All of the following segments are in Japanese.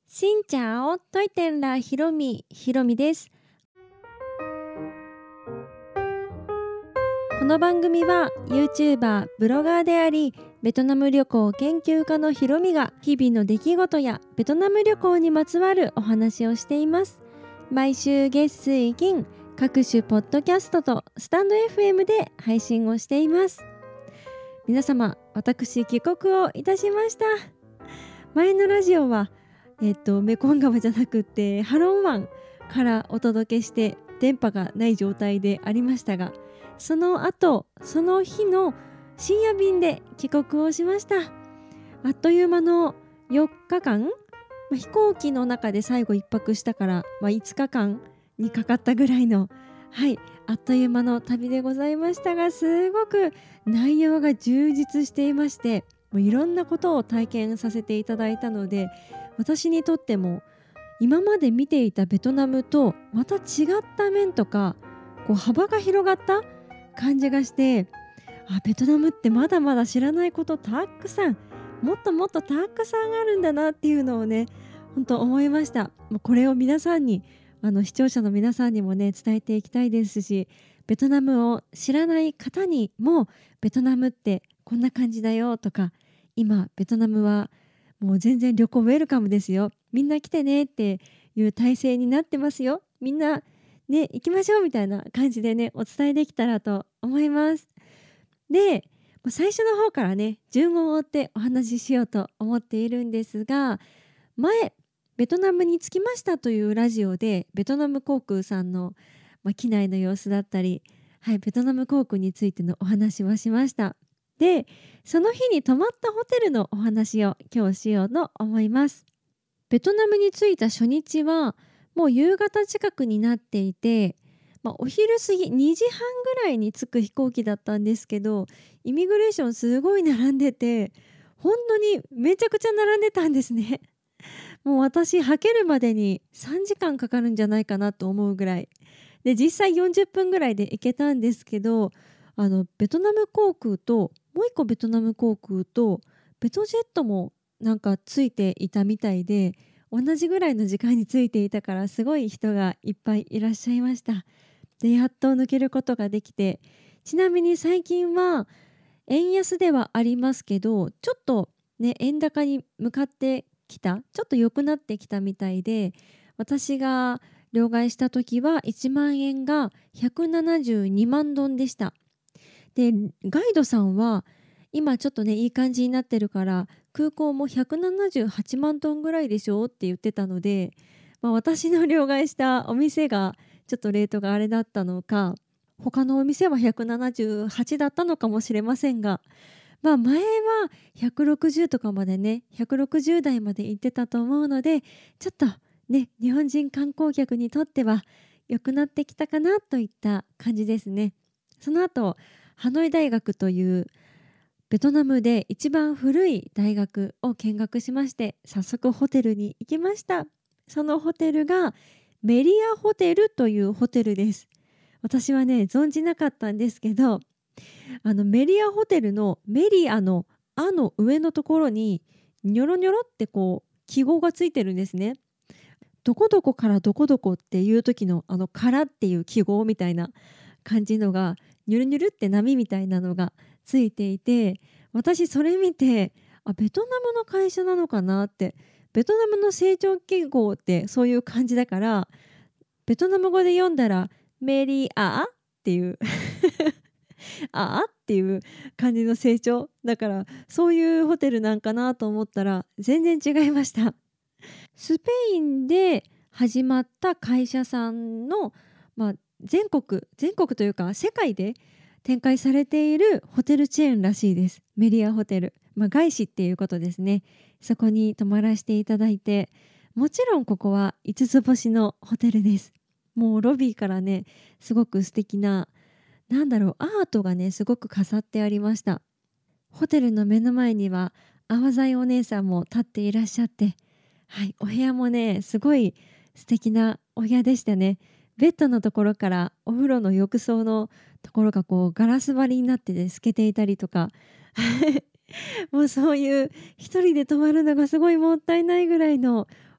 しんちゃおトイテンラひろみです。この番組は YouTuber、ブロガーでありベトナム旅行研究家のひろみが日々の出来事やベトナム旅行にまつわるお話をしています。毎週月水金各種ポッドキャストとスタンド FM で配信をしています。皆様、私帰国をいたしました。前のラジオはメコン川じゃなくってハロン湾からお届けして電波がない状態でありましたが、その後その日の深夜便で帰国をしました。あっという間の4日間、飛行機の中で最後1泊したから、5日間にかかったぐらいの、あっという間の旅でございましたが、すごく内容が充実していまして、もういろんなことを体験させていただいたので、私にとっても今まで見ていたベトナムとまた違った面とか、幅が広がった感じがして、ベトナムってまだまだ知らないことたくさん、もっともっとたくさんあるんだなっていうのをね、本当思いました。もうこれを皆さんに、視聴者の皆さんにもね伝えていきたいですし、ベトナムを知らない方にもベトナムってこんな感じだよとか、今ベトナムはもう全然旅行ウェルカムですよ、みんな来てねっていう体制になってますよ、みんなね行きましょうみたいな感じでねお伝えできたらと思います。で、最初の方からね順を追ってお話ししようと思っているんですが、前ベトナムに着きましたというラジオでベトナム航空さんの、機内の様子だったり、ベトナム航空についてのお話はしました。で、その日に泊まったホテルのお話を今日しようと思います。ベトナムに着いた初日はもう夕方近くになっていて、お昼過ぎ2時半ぐらいに着く飛行機だったんですけど、イミグレーションすごい並んでて、本当にめちゃくちゃ並んでたんですね。もう私はけるまでに3時間かかるんじゃないかなと思うぐらいで、実際40分ぐらいで行けたんですけど、ベトナム航空ともう一個ベトナム航空とベトジェットもなんかついていたみたいで、同じぐらいの時間についていたからすごい人がいっぱいいらっしゃいました。で、やっと抜けることができて、ちなみに最近は円安ではありますけど、ちょっとね円高に向かってきた、ちょっと良くなってきたみたいで、私が両替した時は1万円が172万ドンでした。で、ガイドさんは今ちょっとねいい感じになってるから空港も178万トンぐらいでしょって言ってたので、私の両替したお店がちょっとレートがあれだったのか、他のお店は178だったのかもしれませんが、前は160とかまでね、160台まで行ってたと思うので、ちょっとね日本人観光客にとっては良くなってきたかなといった感じですね。その後ハノイ大学というベトナムで一番古い大学を見学しまして、早速ホテルに行きました。そのホテルがメリアホテルというホテルです。私はね存じなかったんですけど、メリアホテルのメリアのあの上のところにニョロニョロって記号がついてるんですね。どこどこからどこどこっていう時のからっていう記号みたいな感じのが、ニュルニュルって波みたいなのがついていて、私それ見て、ベトナムの会社なのかなって。ベトナムの成長記号ってそういう感じだから、ベトナム語で読んだらメリアっていうっていう感じの成長だから、そういうホテルなんかなと思ったら全然違いました。スペインで始まった会社さんの、全国というか世界で展開されているホテルチェーンらしいです。メリアホテル、外資っていうことですね。そこに泊まらせていただいて、もちろんここは5つ星のホテルです。もうロビーからねすごく素敵な、アートがねすごく飾ってありました。ホテルの目の前には泡剤お姉さんも立っていらっしゃって、お部屋もねすごい素敵なお部屋でしたね。ベッドのところからお風呂の浴槽のところがガラス張りになってて透けていたりとかもうそういう一人で泊まるのがすごいもったいないぐらいの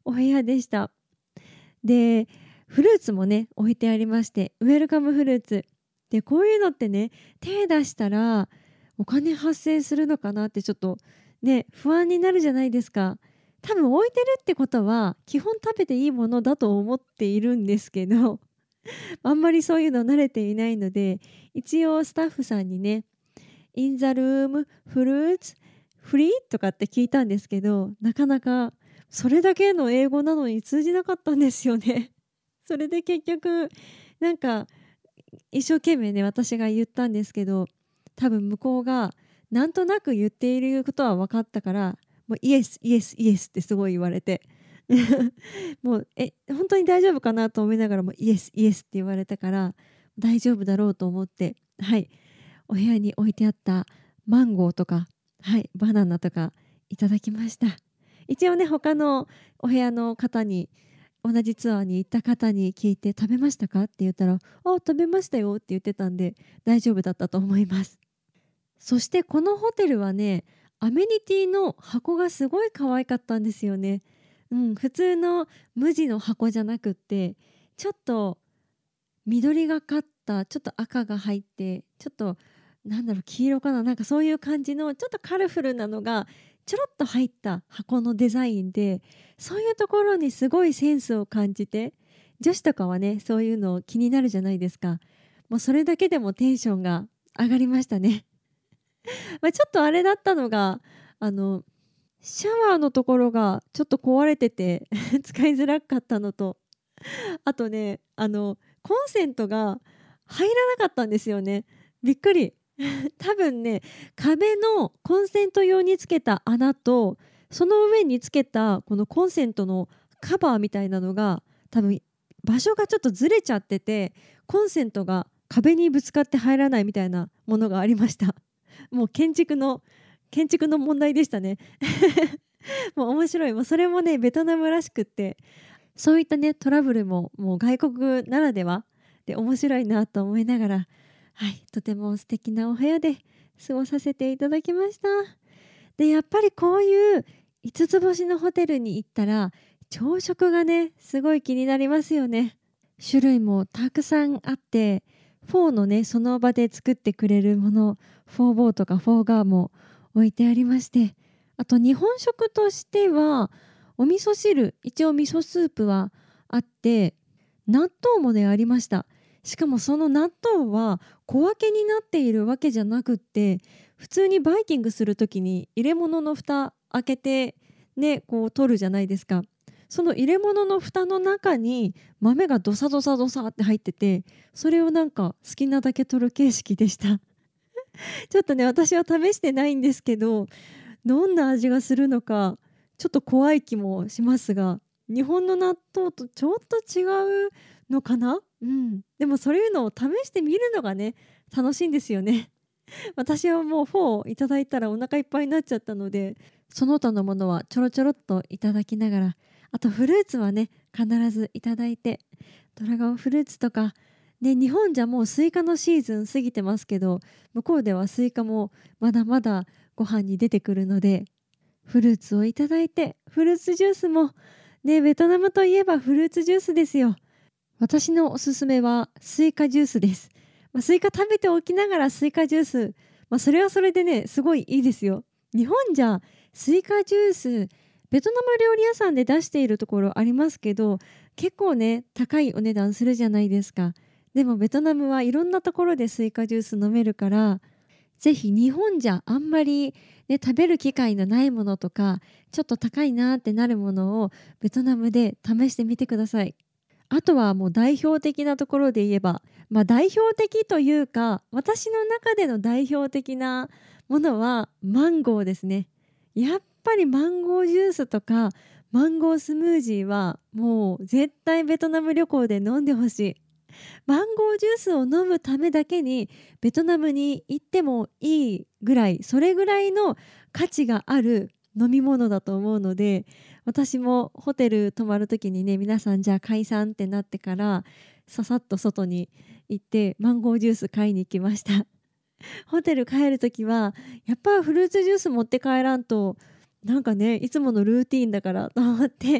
お部屋でした。で、フルーツもね置いてありまして、ウェルカムフルーツで、こういうのってね手出したらお金発生するのかなってちょっとね不安になるじゃないですか。多分置いてるってことは基本食べていいものだと思っているんですけど、あんまりそういうの慣れていないので、一応スタッフさんにね「In the room fruits free?」とかって聞いたんですけど、なかなかそれだけの英語なのに通じなかったんですよね。それで結局なんか一生懸命ね私が言ったんですけど、多分向こうがなんとなく言っていることは分かったから、もうイエスイエスイエスってすごい言われてもう本当に大丈夫かなと思いながらもイエスイエスって言われたから大丈夫だろうと思って、はい、お部屋に置いてあったマンゴーとか、はい、バナナとかいただきました。一応ね他のお部屋の方に、同じツアーに行った方に聞いて食べましたかって言ったら、食べましたよって言ってたんで大丈夫だったと思います。そしてこのホテルはね、アメニティの箱がすごい可愛かったんですよね。普通の無地の箱じゃなくって、ちょっと緑がかった、ちょっと赤が入って、ちょっとなんだろう、黄色かな、なんかそういう感じのちょっとカラフルなのがちょろっと入った箱のデザインで、そういうところにすごいセンスを感じて、女子とかはねそういうの気になるじゃないですか。もうそれだけでもテンションが上がりましたね。ちょっとあれだったのが、あのシャワーのところがちょっと壊れてて使いづらかったのと、あとねコンセントが入らなかったんですよね。びっくり多分ね、壁のコンセント用につけた穴と、その上につけたこのコンセントのカバーみたいなのが多分場所がちょっとずれちゃってて、コンセントが壁にぶつかって入らないみたいなものがありました。もう建築の問題でしたね。もう面白い。もうそれもねベトナムらしくって、そういったねトラブルももう外国ならではで面白いなと思いながら、はい、とても素敵なお部屋で過ごさせていただきました。でやっぱりこういう5つ星のホテルに行ったら朝食がねすごい気になりますよね。種類もたくさんあって、フォーのねその場で作ってくれるもの、フォーボーとかフォーガーも置いてありまして、あと日本食としてはお味噌汁、一応味噌スープはあって、納豆もねありました。しかもその納豆は小分けになっているわけじゃなくって、普通にバイキングする時に入れ物の蓋開けてねこう取るじゃないですか。その入れ物の蓋の中に豆がドサドサドサって入ってて、それをなんか好きなだけ取る形式でしたちょっとね私は試してないんですけど、どんな味がするのかちょっと怖い気もしますが、日本の納豆とちょっと違うのかな。でもそういうのを試してみるのがね楽しいんですよね。私はもうフォーをいただいたらお腹いっぱいになっちゃったので、その他のものはちょろちょろっといただきながら、あとフルーツはね必ずいただいて、ドラゴンフルーツとかね、日本じゃもうスイカのシーズン過ぎてますけど、向こうではスイカもまだまだご飯に出てくるので、フルーツをいただいて、フルーツジュースもね、ベトナムといえばフルーツジュースですよ。私のおすすめはスイカジュースです。スイカ食べておきながらスイカジュース、それはそれでねすごいいいですよ。日本じゃスイカジュース、ベトナム料理屋さんで出しているところありますけど、結構ね高いお値段するじゃないですか。でもベトナムはいろんなところでスイカジュース飲めるから、ぜひ日本じゃあんまり、ね、食べる機会のないものとか、ちょっと高いなってなるものをベトナムで試してみてください。あとはもう代表的なところで言えば、代表的というか私の中での代表的なものはマンゴーですね。やっぱりマンゴージュースとかマンゴースムージーはもう絶対ベトナム旅行で飲んでほしい。マンゴージュースを飲むためだけにベトナムに行ってもいいぐらい、それぐらいの価値がある飲み物だと思うので、私もホテル泊まる時にね、皆さんじゃあ解散ってなってからささっと外に行ってマンゴージュース買いに行きましたホテル帰る時はやっぱフルーツジュース持って帰らんと、なんかねいつものルーティーンだからと思って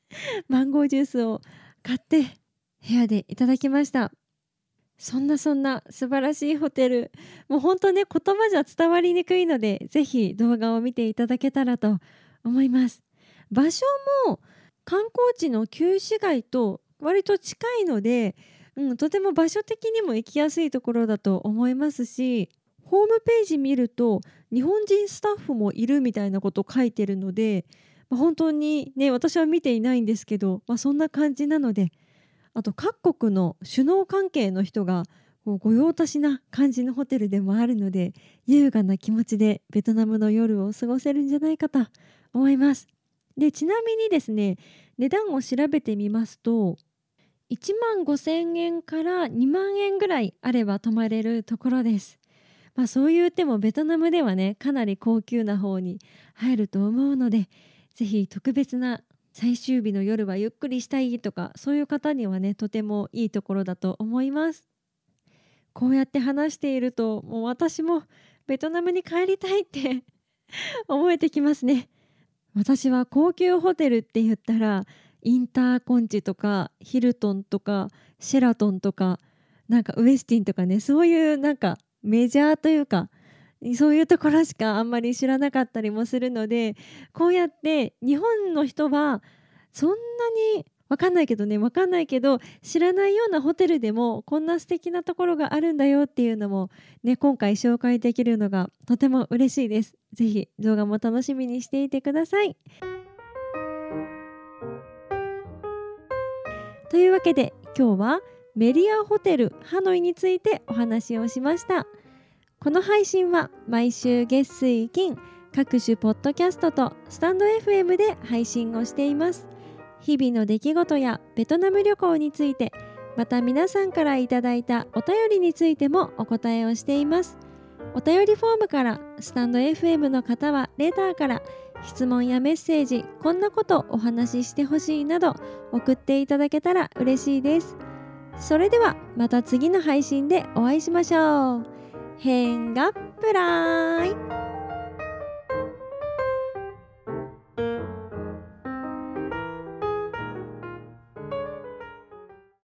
マンゴージュースを買って部屋でいただきました。そんな素晴らしいホテル、もう本当ね、言葉じゃ伝わりにくいので、ぜひ動画を見ていただけたらと思います。場所も観光地の旧市街と割と近いので、とても場所的にも行きやすいところだと思いますし、ホームページ見ると日本人スタッフもいるみたいなこと書いてるので、本当にね、私は見ていないんですけど、そんな感じなので、あと各国の首脳関係の人がこう御用達な感じのホテルでもあるので、優雅な気持ちでベトナムの夜を過ごせるんじゃないかと思います。で、ちなみにですね、値段を調べてみますと、1万5,000円から2万円ぐらいあれば泊まれるところです。そう言ってもベトナムではね、かなり高級な方に入ると思うので、ぜひ特別な最終日の夜はゆっくりしたいとか、そういう方にはね、とてもいいところだと思います。こうやって話していると、もう私もベトナムに帰りたいって思えてきますね。私は高級ホテルって言ったら、インターコンチとかヒルトンとかシェラトンとか、なんかウエスティンとかね、そういうなんかメジャーというか、そういうところしかあんまり知らなかったりもするので、こうやって日本の人はそんなにわかんないけどね、わかんないけど知らないようなホテルでもこんな素敵なところがあるんだよっていうのもね、今回紹介できるのがとても嬉しいです。ぜひ動画も楽しみにしていてください。というわけで今日はメリアホテルハノイについてお話をしました。この配信は毎週月水金各種ポッドキャストとスタンド FM で配信をしています。日々の出来事やベトナム旅行について、また皆さんからいただいたお便りについてもお答えをしています。お便りフォームから、スタンド FM の方はレターから質問やメッセージ、こんなことお話ししてほしいなど送っていただけたら嬉しいです。それではまた次の配信でお会いしましょう。変がプライ